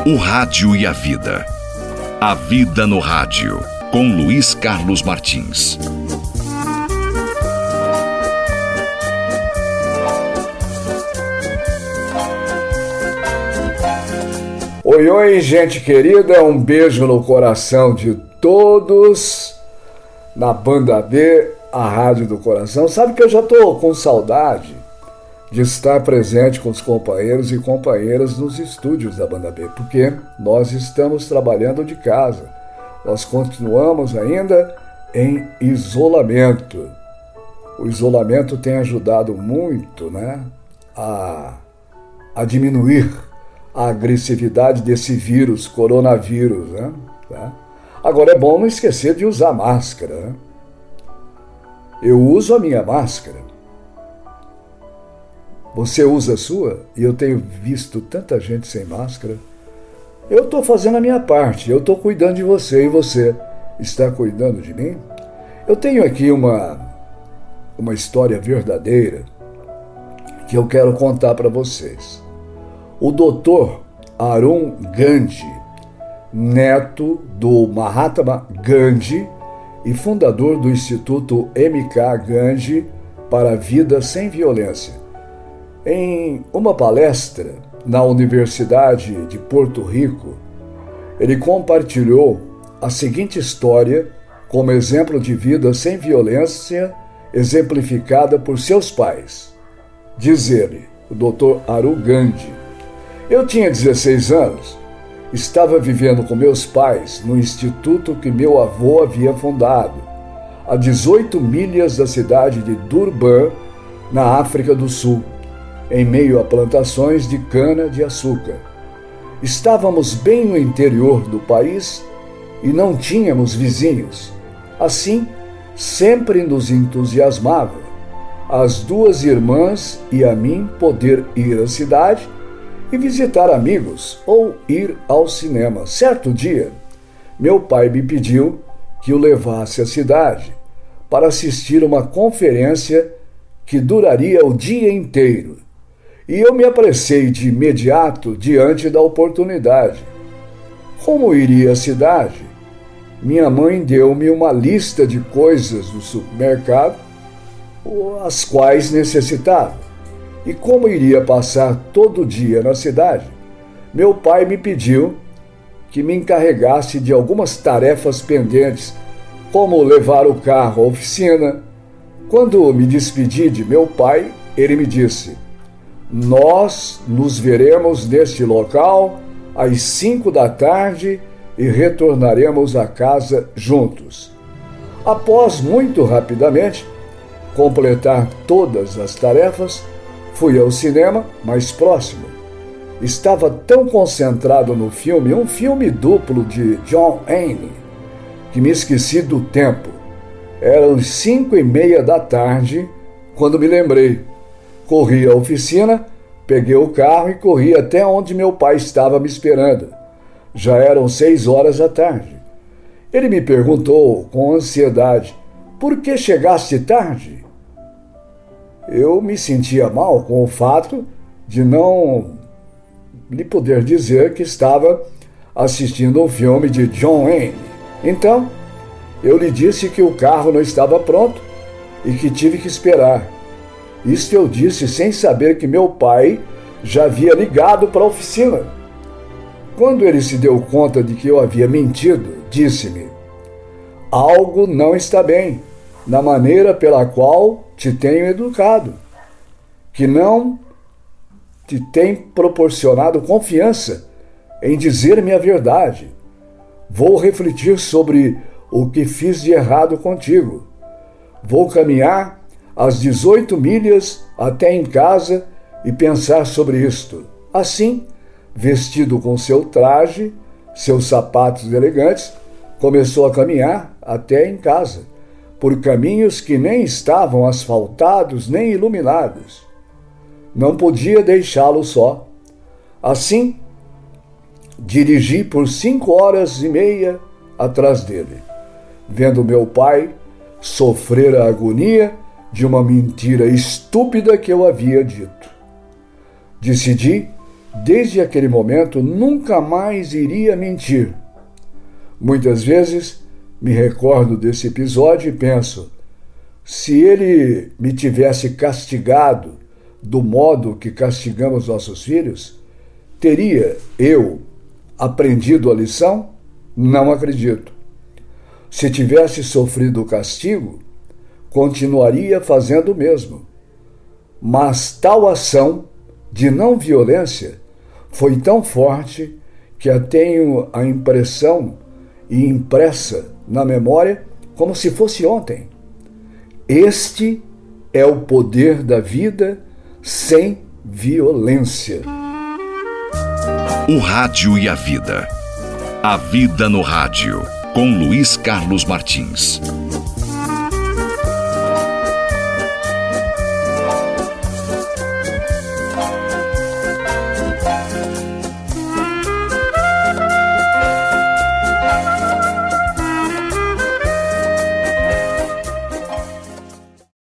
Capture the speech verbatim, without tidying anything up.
O rádio e a vida. A vida no rádio, com Luiz Carlos Martins. Oi, oi, gente querida, um beijo no coração de todos na Banda B, a Rádio do Coração. Sabe que eu já estou com saudade de estar presente com os companheiros e companheiras nos estúdios da Banda B, porque nós estamos trabalhando de casa. Nós continuamos ainda em isolamento. O isolamento tem ajudado muito, né, a, a diminuir a agressividade desse vírus, coronavírus, né? Agora é bom não esquecer de usar máscara, né? Eu uso a minha máscara. Você usa a sua? E eu tenho visto tanta gente sem máscara. Eu estou fazendo a minha parte, eu estou cuidando de você, e você está cuidando de mim? Eu tenho aqui uma, uma história verdadeira que eu quero contar para vocês. O doutor Arun Gandhi, neto do Mahatma Gandhi e fundador do Instituto M K Gandhi para a Vida Sem Violência, em uma palestra na Universidade de Porto Rico, ele compartilhou a seguinte história como exemplo de vida sem violência exemplificada por seus pais. Diz ele, o doutor Arun Gandhi: eu tinha dezesseis anos, estava vivendo com meus pais no instituto que meu avô havia fundado, a dezoito milhas da cidade de Durban, na África do Sul, em meio a plantações de cana-de-açúcar. Estávamos bem no interior do país e não tínhamos vizinhos. Assim, sempre nos entusiasmava as duas irmãs e a mim poder ir à cidade e visitar amigos ou ir ao cinema. Certo dia, meu pai me pediu que o levasse à cidade para assistir uma conferência que duraria o dia inteiro. E eu me apressei de imediato diante da oportunidade. Como iria à cidade? Minha mãe deu-me uma lista de coisas do supermercado, as quais necessitava. E como iria passar todo o dia na cidade, meu pai me pediu que me encarregasse de algumas tarefas pendentes, como levar o carro à oficina. Quando me despedi de meu pai, ele me disse: nós nos veremos neste local às cinco da tarde e retornaremos a casa juntos. Após muito rapidamente completar todas as tarefas, fui ao cinema mais próximo. Estava tão concentrado no filme, um filme duplo de John Wayne, que me esqueci do tempo. Eram cinco e meia da tarde quando me lembrei. Corri à oficina, peguei o carro e corri até onde meu pai estava me esperando. Já eram seis horas da tarde. Ele me perguntou com ansiedade: por que chegaste tarde? Eu me sentia mal com o fato de não lhe poder dizer que estava assistindo um filme de John Wayne. Então, eu lhe disse que o carro não estava pronto e que tive que esperar. Isto eu disse sem saber que meu pai já havia ligado para a oficina. Quando ele se deu conta de que eu havia mentido, disse-me: algo não está bem na maneira pela qual te tenho educado, que não te tem proporcionado confiança em dizer-me a verdade. Vou refletir sobre o que fiz de errado contigo. Vou caminhar as dezoito milhas até em casa e pensar sobre isto. Assim, vestido com seu traje, seus sapatos elegantes, começou a caminhar até em casa, por caminhos que nem estavam asfaltados nem iluminados. Não podia deixá-lo só. Assim, dirigi por cinco horas e meia atrás dele, vendo meu pai sofrer a agonia de uma mentira estúpida que eu havia dito. Decidi desde aquele momento nunca mais iria mentir. Muitas vezes me recordo desse episódio e penso, se ele me tivesse castigado do modo que castigamos nossos filhos, teria eu aprendido a lição? Não acredito. Se tivesse sofrido o castigo, continuaria fazendo o mesmo. Mas tal ação de não violência foi tão forte que a tenho a impressão e impressa na memória como se fosse ontem. Este é o poder da vida sem violência. O rádio e a vida. A vida no rádio, com Luiz Carlos Martins.